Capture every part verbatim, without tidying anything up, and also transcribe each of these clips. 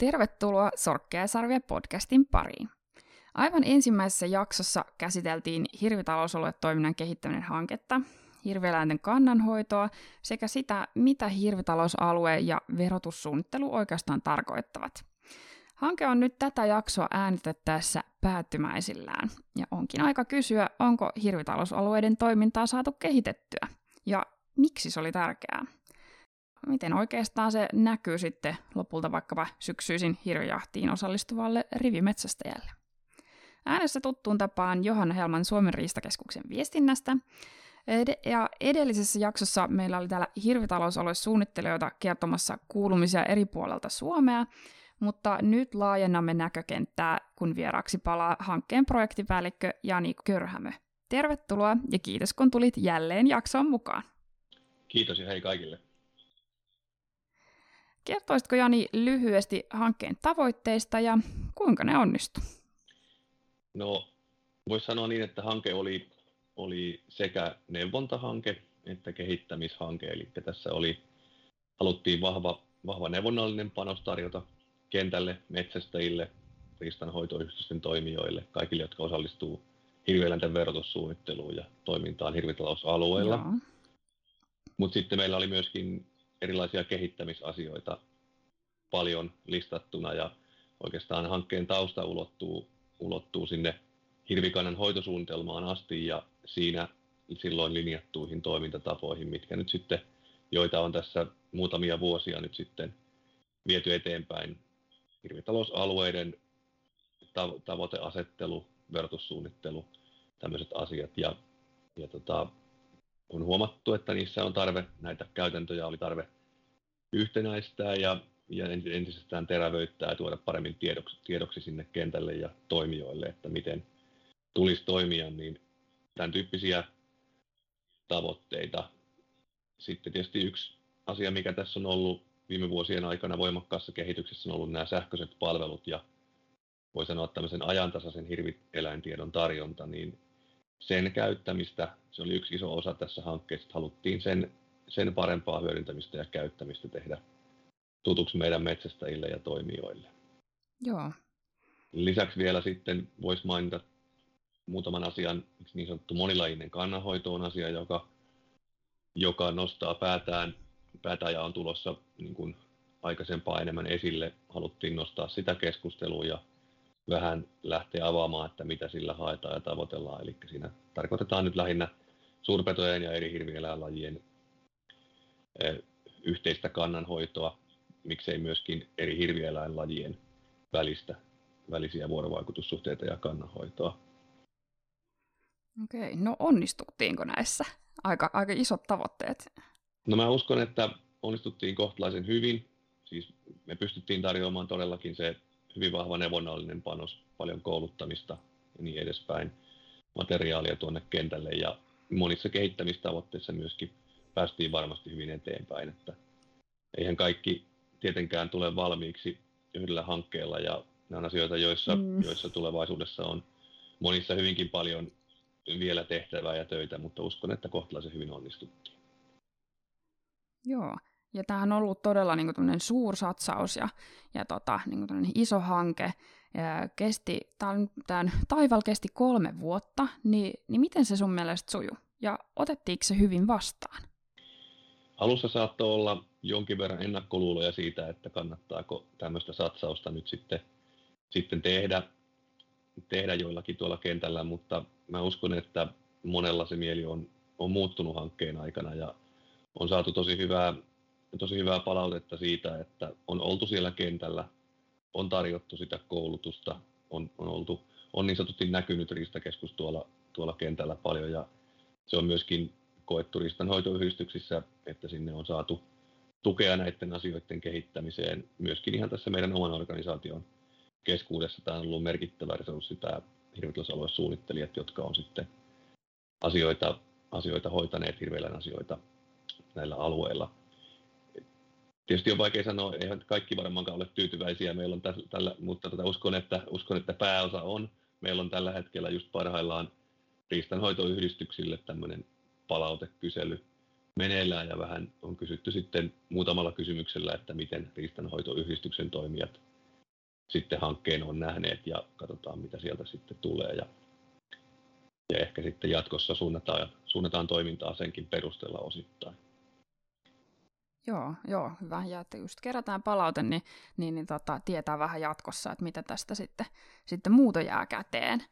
Tervetuloa Sorkkeja ja sarvia podcastin pariin. Aivan ensimmäisessä jaksossa käsiteltiin hirvitalousaluetoiminnan kehittäminen hanketta, hirvieläinten kannanhoitoa sekä sitä, mitä hirvitalousalue ja verotussuunnittelu oikeastaan tarkoittavat. Hanke on nyt tätä jaksoa äänitettäessä päättymäisillään, ja onkin aika kysyä, onko hirvitalousalueiden toimintaa saatu kehitettyä, ja miksi se oli tärkeää. Miten oikeastaan se näkyy sitten lopulta vaikkapa syksyisin hirvijahtiin osallistuvalle rivimetsästäjälle. Äänessä tuttuun tapaan Johanna Helman Suomen riistakeskuksen viestinnästä. Ja edellisessä jaksossa meillä oli täällä hirvitalousaluesuunnittelijoita kertomassa kuulumisia eri puolelta Suomea, mutta nyt laajennamme näkökenttää, kun vieraaksi palaa hankkeen projektipäällikkö Jani Körhämö. Tervetuloa ja kiitos, kun tulit jälleen jaksoon mukaan. Kiitos ja hei kaikille. Kertoisitko Jani lyhyesti hankkeen tavoitteista ja kuinka ne onnistu? No, voisi sanoa niin, että hanke oli, oli sekä neuvontahanke että kehittämishanke. Eli tässä oli, haluttiin vahva, vahva neuvonnallinen panos tarjota kentälle, metsästäjille, riistanhoitoyhdistysten toimijoille, kaikille, jotka osallistuu hirvieläinten verotussuunnitteluun ja toimintaan hirvitalousalueella. Mutta sitten meillä oli myöskin erilaisia kehittämisasioita paljon listattuna ja oikeastaan hankkeen tausta ulottuu, ulottuu sinne hirvikannan hoitosuunnitelmaan asti ja siinä silloin linjattuihin toimintatapoihin, mitkä nyt sitten, joita on tässä muutamia vuosia nyt sitten viety eteenpäin. Hirvitalousalueiden tavoiteasettelu, verotussuunnittelu, tämmöiset asiat ja, ja tota, on huomattu, että niissä on tarve, näitä käytäntöjä oli tarve yhtenäistää ja, ja entisestään terävöittää ja tuoda paremmin tiedoksi, tiedoksi sinne kentälle ja toimijoille, että miten tulisi toimia, niin tämän tyyppisiä tavoitteita. Sitten tietysti yksi asia, mikä tässä on ollut viime vuosien aikana voimakkaassa kehityksessä, on ollut nämä sähköiset palvelut ja voi sanoa tämmöisen ajantasaisen hirvieläintiedon tarjonta, niin sen käyttämistä, se oli yksi iso osa tässä hankkeessa, että haluttiin sen, sen parempaa hyödyntämistä ja käyttämistä tehdä tutuksi meidän metsästäjille ja toimijoille. Joo. Lisäksi vielä sitten voisi mainita muutaman asian, niin sanottu monilajinen kannanhoito on asia, joka, joka nostaa päätään, päätään ja on tulossa niin kuin aikaisempaa enemmän esille. Haluttiin nostaa sitä keskustelua ja vähän lähteä avaamaan, että mitä sillä haetaan ja tavoitellaan. Eli siinä tarkoitetaan nyt lähinnä suurpetojen ja eri hirvieläinlajien yhteistä kannanhoitoa, miksei myöskin eri hirvieläinlajien välistä, välisiä vuorovaikutussuhteita ja kannanhoitoa. Okei, no onnistuttiinko näissä? Aika, aika isot tavoitteet. No mä uskon, että onnistuttiin kohtalaisen hyvin. Siis me pystyttiin tarjoamaan todellakin se hyvin vahva neuvonnallinen panos, paljon kouluttamista ja niin edespäin, materiaalia tuonne kentälle ja monissa kehittämistavoitteissa myöskin päästiin varmasti hyvin eteenpäin, että eihän kaikki tietenkään tule valmiiksi yhdellä hankkeella ja nämä on asioita, joissa, mm. joissa tulevaisuudessa on monissa hyvinkin paljon vielä tehtävää ja töitä, mutta uskon, että kohtalaisen hyvin onnistuttiin. Joo. Ja tämähän on ollut todella niin kuin suursatsaus ja, ja tota, niin kuin iso hanke. Ja kesti, tämän, tämän taival kesti kolme vuotta, niin, niin miten se sun mielestä sujuu? Ja otettiinko se hyvin vastaan? Alussa saattoi olla jonkin verran ennakkoluuloja siitä, että kannattaako tämmöistä satsausta nyt sitten, sitten tehdä, tehdä joillakin tuolla kentällä, mutta mä uskon, että monella se mieli on, on muuttunut hankkeen aikana ja on saatu tosi hyvää tosi hyvää palautetta siitä, että on oltu siellä kentällä, on tarjottu sitä koulutusta, on, on, oltu, on niin sanotusti näkynyt riistakeskus tuolla, tuolla kentällä paljon ja se on myöskin koettu riistanhoitoyhdistyksissä, että sinne on saatu tukea näiden asioiden kehittämiseen. Myöskin ihan tässä meidän oman organisaation keskuudessa tämä on ollut merkittävä resurssi, tämä hirvitalousaluesuunnittelijat, jotka on sitten asioita, asioita hoitaneet, hirveillään asioita näillä alueilla. Tietysti on vaikea sanoa, eihän kaikki varmaankaan ole tyytyväisiä, meillä on tällä, tällä, mutta tota uskon, että, uskon, että pääosa on. Meillä on tällä hetkellä just parhaillaan riistanhoitoyhdistyksille tämmöinen palautekysely meneillään ja vähän on kysytty sitten muutamalla kysymyksellä, että miten riistanhoitoyhdistyksen toimijat sitten hankkeen on nähneet ja katsotaan mitä sieltä sitten tulee. Ja, ja ehkä sitten jatkossa suunnataan, suunnataan toimintaa senkin perusteella osittain. Joo, joo, hyvä. Ja että just kerätään palaute, niin, niin, niin tota, tietää vähän jatkossa, että mitä tästä sitten, sitten muuta jää käteen.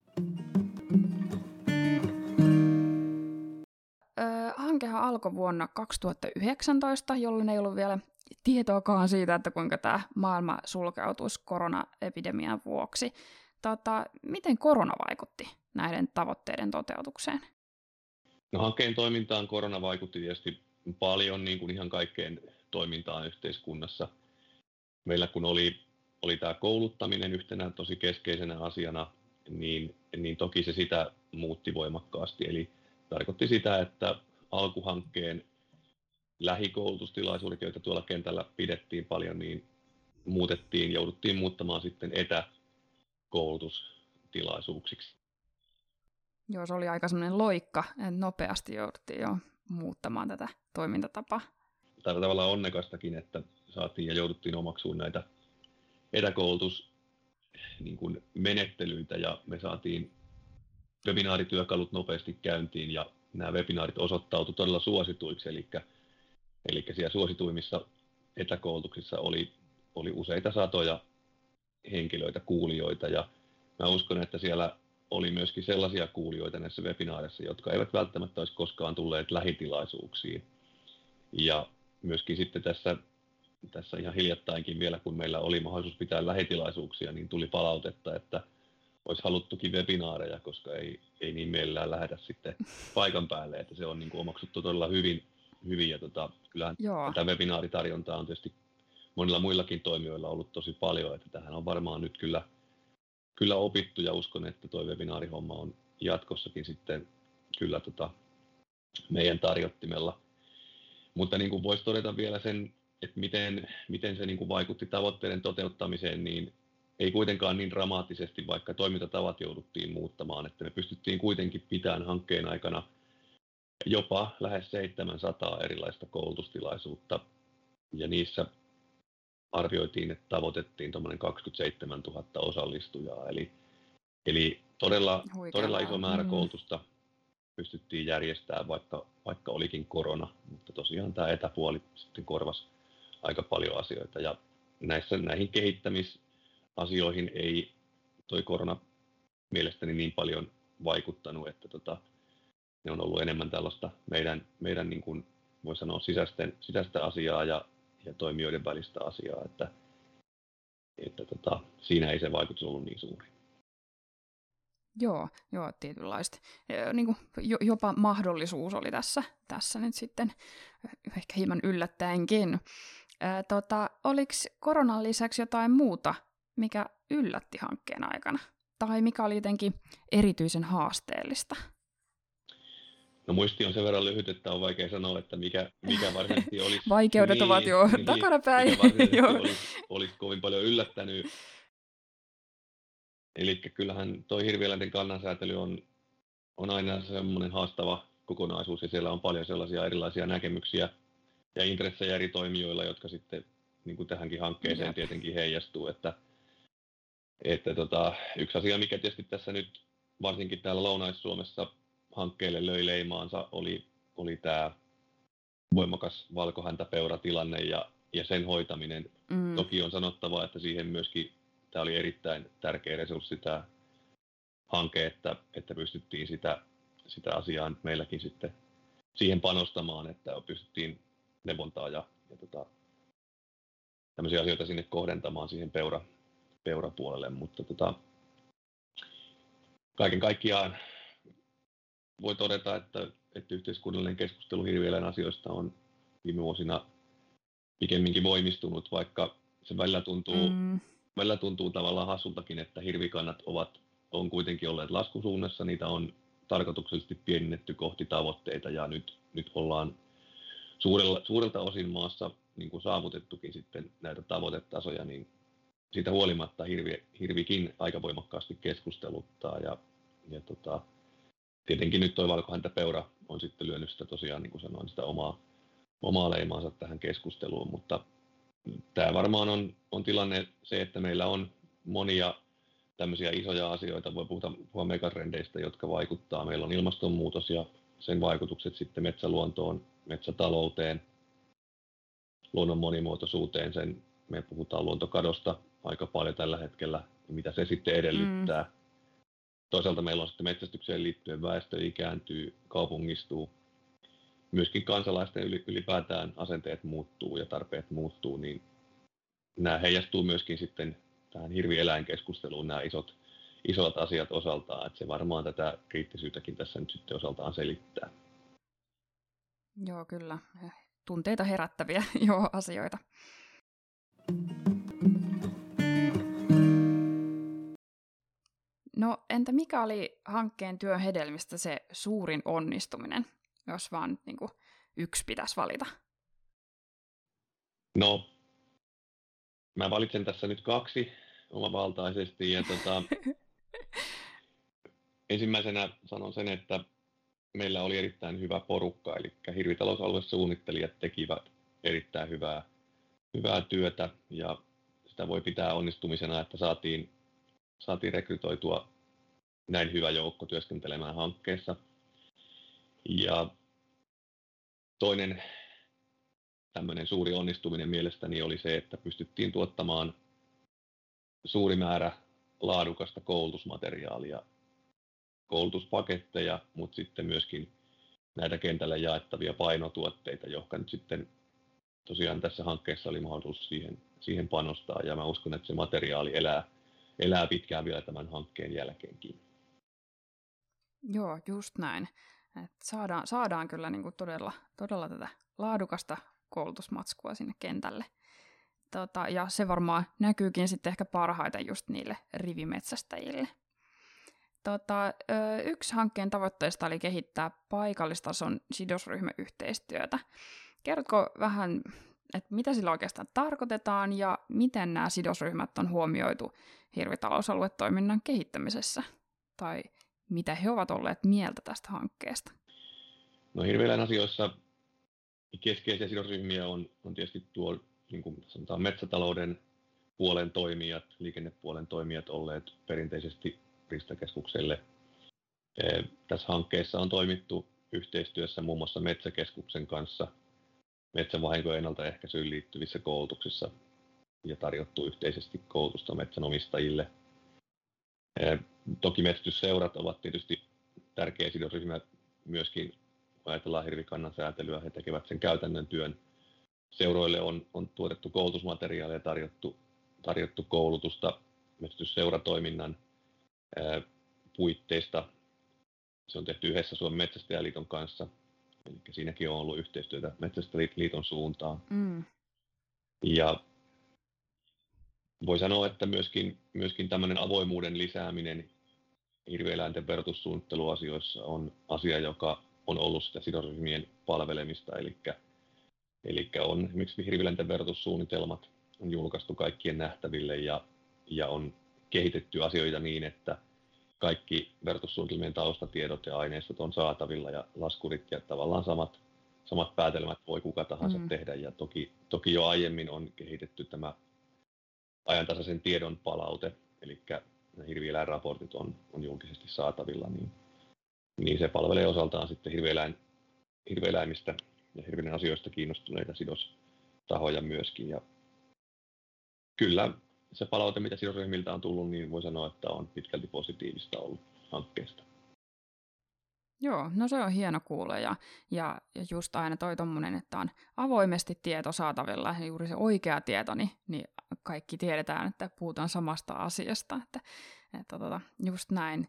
Öö, hankehan alkoi vuonna kaksituhattayhdeksäntoista, jolloin ei ollut vielä tietoakaan siitä, että kuinka tämä maailma sulkeutuisi koronaepidemian vuoksi. Tota, miten korona vaikutti näiden tavoitteiden toteutukseen? No, hankkeen toimintaan korona vaikutti tietysti paljon, niin kuin ihan kaikkeen toimintaan yhteiskunnassa. Meillä kun oli, oli tämä kouluttaminen yhtenä tosi keskeisenä asiana, niin, niin toki se sitä muutti voimakkaasti. Eli tarkoitti sitä, että alkuhankkeen lähikoulutustilaisuudet, joita tuolla kentällä pidettiin paljon, niin muutettiin, jouduttiin muuttamaan sitten etäkoulutustilaisuuksiksi. Joo, se oli aika semmoinen loikka, että nopeasti jouduttiin jo muuttamaan tätä toimintatapaa. Tai tavallaan onnekastakin, että saatiin ja jouduttiin omaksumaan näitä etäkoulutus niin kuin menettelyitä ja me saatiin webinaarityökalut nopeasti käyntiin ja nämä webinaarit osoittautui todella suosituiksi, eli, eli siellä suosituimmissa etäkoulutuksissa oli, oli useita satoja henkilöitä, kuulijoita ja mä uskon, että siellä oli myöskin sellaisia kuulijoita näissä webinaareissa, jotka eivät välttämättä olisi koskaan tulleet lähitilaisuuksiin. Ja myöskin sitten tässä, tässä ihan hiljattainkin vielä, kun meillä oli mahdollisuus pitää lähitilaisuuksia, niin tuli palautetta, että olisi haluttukin webinaareja, koska ei, ei niin mielellään lähdetä sitten paikan päälle, että se on niin kuin omaksuttu todella hyvin. hyvin ja tota, kyllähän Joo. tätä webinaaritarjontaa on tietysti monilla muillakin toimijoilla ollut tosi paljon, että tähän on varmaan nyt kyllä Kyllä opittu ja uskon, että tuo webinaarihomma on jatkossakin sitten kyllä tota meidän tarjottimella. Mutta niin kuin voisi todeta vielä sen, että miten, miten se niin kuin vaikutti tavoitteiden toteuttamiseen, niin ei kuitenkaan niin dramaattisesti, vaikka toimintatavat jouduttiin muuttamaan, että me pystyttiin kuitenkin pitämään hankkeen aikana jopa lähes seitsemänsataa erilaista koulutustilaisuutta ja niissä arvioitiin, että tavoitettiin tuommoinen kaksikymmentäseitsemäntuhatta osallistujaa, eli, eli todella, todella iso määrä koulutusta pystyttiin järjestämään, vaikka, vaikka olikin korona, mutta tosiaan tämä etäpuoli sitten korvasi aika paljon asioita, ja näissä, näihin kehittämisasioihin ei toi korona mielestäni niin paljon vaikuttanut, että tota, ne on ollut enemmän tällaista meidän, meidän niin kuin voi sanoa sisäisten, sisäistä asiaa ja ja toimijoiden välistä asiaa, että, että tota, siinä ei se vaikutus ollut niin suuri. Joo, joo tietynlaista. Niin kuin jopa mahdollisuus oli tässä, tässä nyt sitten ehkä hieman yllättäenkin. Ää, tota, oliko koronan lisäksi jotain muuta, mikä yllätti hankkeen aikana? Tai mikä oli jotenkin erityisen haasteellista? No muisti on sen verran lyhyt, että on vaikea sanoa, että mikä, mikä varsinaisesti olisi... Vaikeudet niin, ovat jo niin, takanapäin. Mikä varsinaisesti olisi, olisi kovin paljon yllättänyt. Eli kyllähän tuo hirvieläinten kannansäätely on, on aina semmoinen haastava kokonaisuus, ja siellä on paljon sellaisia erilaisia näkemyksiä ja intressejä eri toimijoilla, jotka sitten niin kuin tähänkin hankkeeseen Jep. tietenkin heijastuu. Että, että tota, yksi asia, mikä tietysti tässä nyt varsinkin täällä Lounais-Suomessa hankkeelle löi leimaansa, oli, oli tämä voimakas valkohäntäpeuratilanne ja, ja sen hoitaminen. Mm. Toki on sanottava, että siihen myöskin tämä oli erittäin tärkeä resurssi tämä hanke, että, että pystyttiin sitä, sitä asiaa meilläkin sitten siihen panostamaan, että pystyttiin neuvontaa ja, ja tota, tämmöisiä asioita sinne kohdentamaan siihen peura, peurapuolelle, mutta tota, kaiken kaikkiaan voi todeta, että, että yhteiskunnallinen keskustelu hirvieläin asioista on viime vuosina pikemminkin voimistunut, vaikka se välillä tuntuu, mm. välillä tuntuu tavallaan hassultakin, että hirvikannat ovat, on kuitenkin olleet laskusuunnassa, niitä on tarkoituksellisesti pienennetty kohti tavoitteita ja nyt, nyt ollaan suurella, suurelta osin maassa niin kuin saavutettukin sitten näitä tavoitetasoja, niin siitä huolimatta hirvi, hirvikin aika voimakkaasti keskusteluttaa ja, ja tota, tietenkin nyt tuo valkohäntäpeura on sitten lyönyt sitä tosiaan, niin kuin sanoin, sitä omaa, omaa leimaansa tähän keskusteluun, mutta tämä varmaan on, on tilanne se, että meillä on monia tämmöisiä isoja asioita, voi puhua, puhua megatrendeistä, jotka vaikuttaa. Meillä on ilmastonmuutos ja sen vaikutukset sitten metsäluontoon, metsätalouteen, luonnon monimuotoisuuteen. Sen, me puhutaan luontokadosta aika paljon tällä hetkellä, mitä se sitten edellyttää. Mm. Toisaalta meillä on sitten metsästykseen liittyen väestö ikääntyy, kaupungistuu. Myöskin kansalaisten ylipäätään asenteet muuttuu ja tarpeet muuttuu, niin nämä heijastuu myöskin sitten tähän hirvieläinkeskusteluun, nämä isot, isot asiat osaltaan, että se varmaan tätä kriittisyyttäkin tässä nyt sitten osaltaan selittää. Joo, kyllä. Tunteita herättäviä joo, asioita. No entä mikä oli hankkeen työn hedelmistä se suurin onnistuminen, jos vaan niin kuin, yksi pitäisi valita? No, mä valitsen tässä nyt kaksi omavaltaisesti. Ja tota, ensimmäisenä sanon sen, että meillä oli erittäin hyvä porukka, eli hirvitalousaluesuunnittelijat tekivät erittäin hyvää, hyvää työtä, ja sitä voi pitää onnistumisena, että saatiin, saatiin rekrytoitua näin hyvä joukko työskentelemään hankkeessa. Ja toinen tämmöinen suuri onnistuminen mielestäni oli se, että pystyttiin tuottamaan suuri määrä laadukasta koulutusmateriaalia, koulutuspaketteja, mutta sitten myöskin näitä kentälle jaettavia painotuotteita, jotka nyt sitten tosiaan tässä hankkeessa oli mahdollisuus siihen, siihen panostaa, ja mä uskon, että se materiaali elää, elää pitkään vielä tämän hankkeen jälkeenkin. Joo, just näin. Et saadaan, saadaan kyllä niinku todella, todella tätä laadukasta koulutusmatskua sinne kentälle. Tota, ja se varmaan näkyykin sitten ehkä parhaiten just niille rivimetsästäjille. Tota, yksi hankkeen tavoitteista oli kehittää paikallistason sidosryhmäyhteistyötä. Kerrotko vähän, että mitä sillä oikeastaan tarkoitetaan ja miten nämä sidosryhmät on huomioitu hirvitalousaluetoiminnan kehittämisessä? Tai mitä he ovat olleet mieltä tästä hankkeesta? No hirvieläin asioissa keskeisiä sidosryhmiä on, on tietysti tuo niin kuin sanotaan, metsätalouden puolen toimijat, liikennepuolen toimijat olleet perinteisesti Riistakeskukselle. Tässä hankkeessa on toimittu yhteistyössä muun muassa Metsäkeskuksen kanssa metsävahinkojen ennaltaehkäisyyn liittyvissä koulutuksissa ja tarjottu yhteisesti koulutusta metsänomistajille. Toki metsästysseurat ovat tietysti tärkeä sidosryhmä myöskin, kun ajatellaan hirvikannan säätelyä, he tekevät sen käytännön työn. Seuroille on, on tuotettu koulutusmateriaalia ja tarjottu, tarjottu koulutusta metsästysseuratoiminnan ää, puitteista. Se on tehty yhdessä Suomen Metsästäjäliiton kanssa, eli siinäkin on ollut yhteistyötä Metsästäjäliiton suuntaan. Mm. Ja voi sanoa, että myöskin, myöskin tämmöinen avoimuuden lisääminen hirvieläinten verotussuunnitteluasioissa on asia, joka on ollut sitä sidosryhmien palvelemista, eli Eli on esimerkiksi hirvieläinten verotussuunnitelmat on julkaistu kaikkien nähtäville ja, ja on kehitetty asioita niin, että kaikki verotussuunnitelmien taustatiedot ja aineistot on saatavilla ja laskurit ja tavallaan samat, samat päätelmät voi kuka tahansa mm. tehdä. Ja toki, toki jo aiemmin on kehitetty tämä ajantasaisen tiedon palaute, eli hirvieläinraportit on, on julkisesti saatavilla, niin, niin se palvelee osaltaan sitten hirvieläin, hirvieläimistä ja hirveän asioista kiinnostuneita sidostahoja myöskin. Ja kyllä se palaute, mitä sidosryhmiltä on tullut, niin voi sanoa, että on pitkälti positiivista ollut hankkeesta. Joo, no se on hieno kuulla ja, ja, ja just aina toi tommonen, että on avoimesti tieto saatavilla ja juuri se oikea tieto, niin, niin kaikki tiedetään, että puhutaan samasta asiasta, että, että tota, just näin.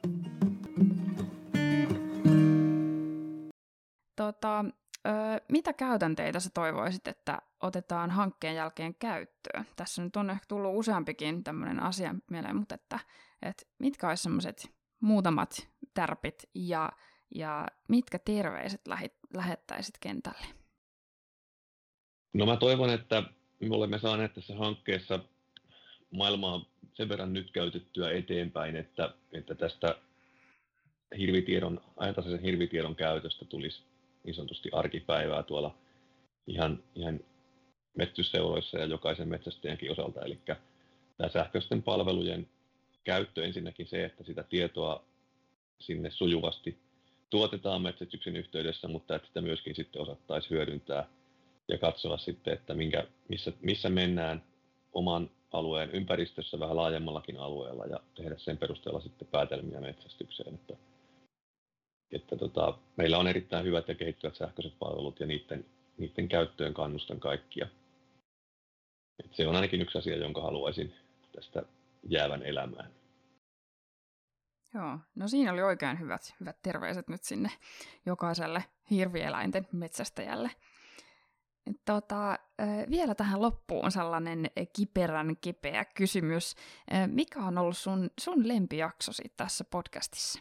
Tota, Öö, mitä käytänteitä sä toivoisit, että otetaan hankkeen jälkeen käyttöön? Tässä nyt on ehkä tullut useampikin tämmöinen asia mieleen, mutta että, että mitkä olisi semmoiset muutamat tärpit ja, ja mitkä terveiset lähit, lähettäisit kentälle? No mä toivon, että me olemme saaneet tässä hankkeessa maailmaa sen verran nyt käytettyä eteenpäin, että, että tästä hirvitiedon, ajantasaisen hirvitiedon käytöstä tulisi niin sanotusti arkipäivää tuolla ihan, ihan metsästysseuroissa ja jokaisen metsästäjänkin osalta. Eli tämä sähköisten palvelujen käyttö ensinnäkin se, että sitä tietoa sinne sujuvasti tuotetaan metsästyksen yhteydessä, mutta että sitä myöskin sitten osattaisiin hyödyntää ja katsoa sitten, että minkä, missä, missä mennään oman alueen ympäristössä vähän laajemmallakin alueella ja tehdä sen perusteella sitten päätelmiä metsästykseen. Että, että tota, meillä on erittäin hyvät ja kehittyvät sähköiset palvelut ja niiden, niiden käyttöön kannustan kaikkia. Et se on ainakin yksi asia, jonka haluaisin tästä jäävän elämään. Joo, no siinä oli oikein hyvät, hyvät terveiset nyt sinne jokaiselle hirvieläinten metsästäjälle. Tota, vielä tähän loppuun sellainen kiperän kipeä kysymys. Mikä on ollut sun, sun lempijaksosi tässä podcastissa?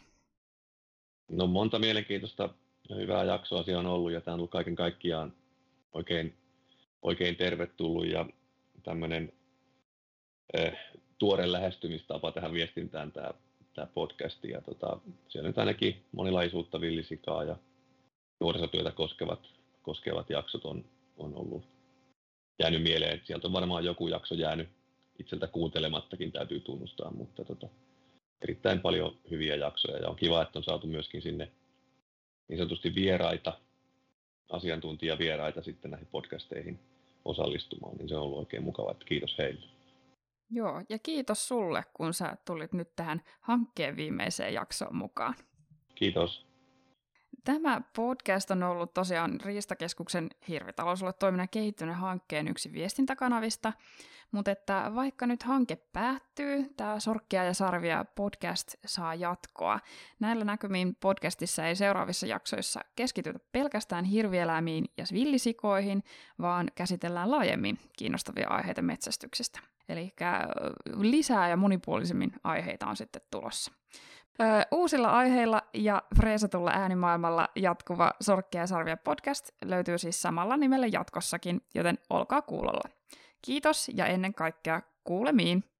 No monta mielenkiintoista ja hyvää jaksoa siellä on ollut ja tämä on ollut kaiken kaikkiaan oikein, oikein tervetullut ja tämmöinen eh, tuore lähestymistapa tähän viestintään tämä, tämä podcast. Ja tota, siellä nyt ainakin monilaisuutta, villisikaa ja nuorisotyötä koskevat, koskevat jaksot on on ollut jäänyt mieleen, että sieltä on varmaan joku jakso jäänyt itseltä kuuntelemattakin, täytyy tunnustaa, mutta tota, erittäin paljon hyviä jaksoja ja on kiva, että on saatu myöskin sinne niin sanotusti vieraita, asiantuntijavieraita sitten näihin podcasteihin osallistumaan, niin se on ollut oikein mukava, että kiitos heille. Joo, ja kiitos sulle, kun sä tulit nyt tähän hankkeen viimeiseen jaksoon mukaan. Kiitos. Tämä podcast on ollut tosiaan Riistakeskuksen hirvitalousaluetoiminnan kehittyneen hankkeen yksi viestintäkanavista, mutta että vaikka nyt hanke päättyy, tämä Sorkkia ja sarvia podcast saa jatkoa. Näillä näkymin podcastissa ei seuraavissa jaksoissa keskitytä pelkästään hirvieläimiin ja villisikoihin, vaan käsitellään laajemmin kiinnostavia aiheita metsästyksestä. Eli lisää ja monipuolisemmin aiheita on sitten tulossa. Uusilla aiheilla ja freesatulla äänimaailmalla jatkuva Sorkkia ja sarvia podcast löytyy siis samalla nimellä jatkossakin, joten olkaa kuulolla. Kiitos ja ennen kaikkea kuulemiin!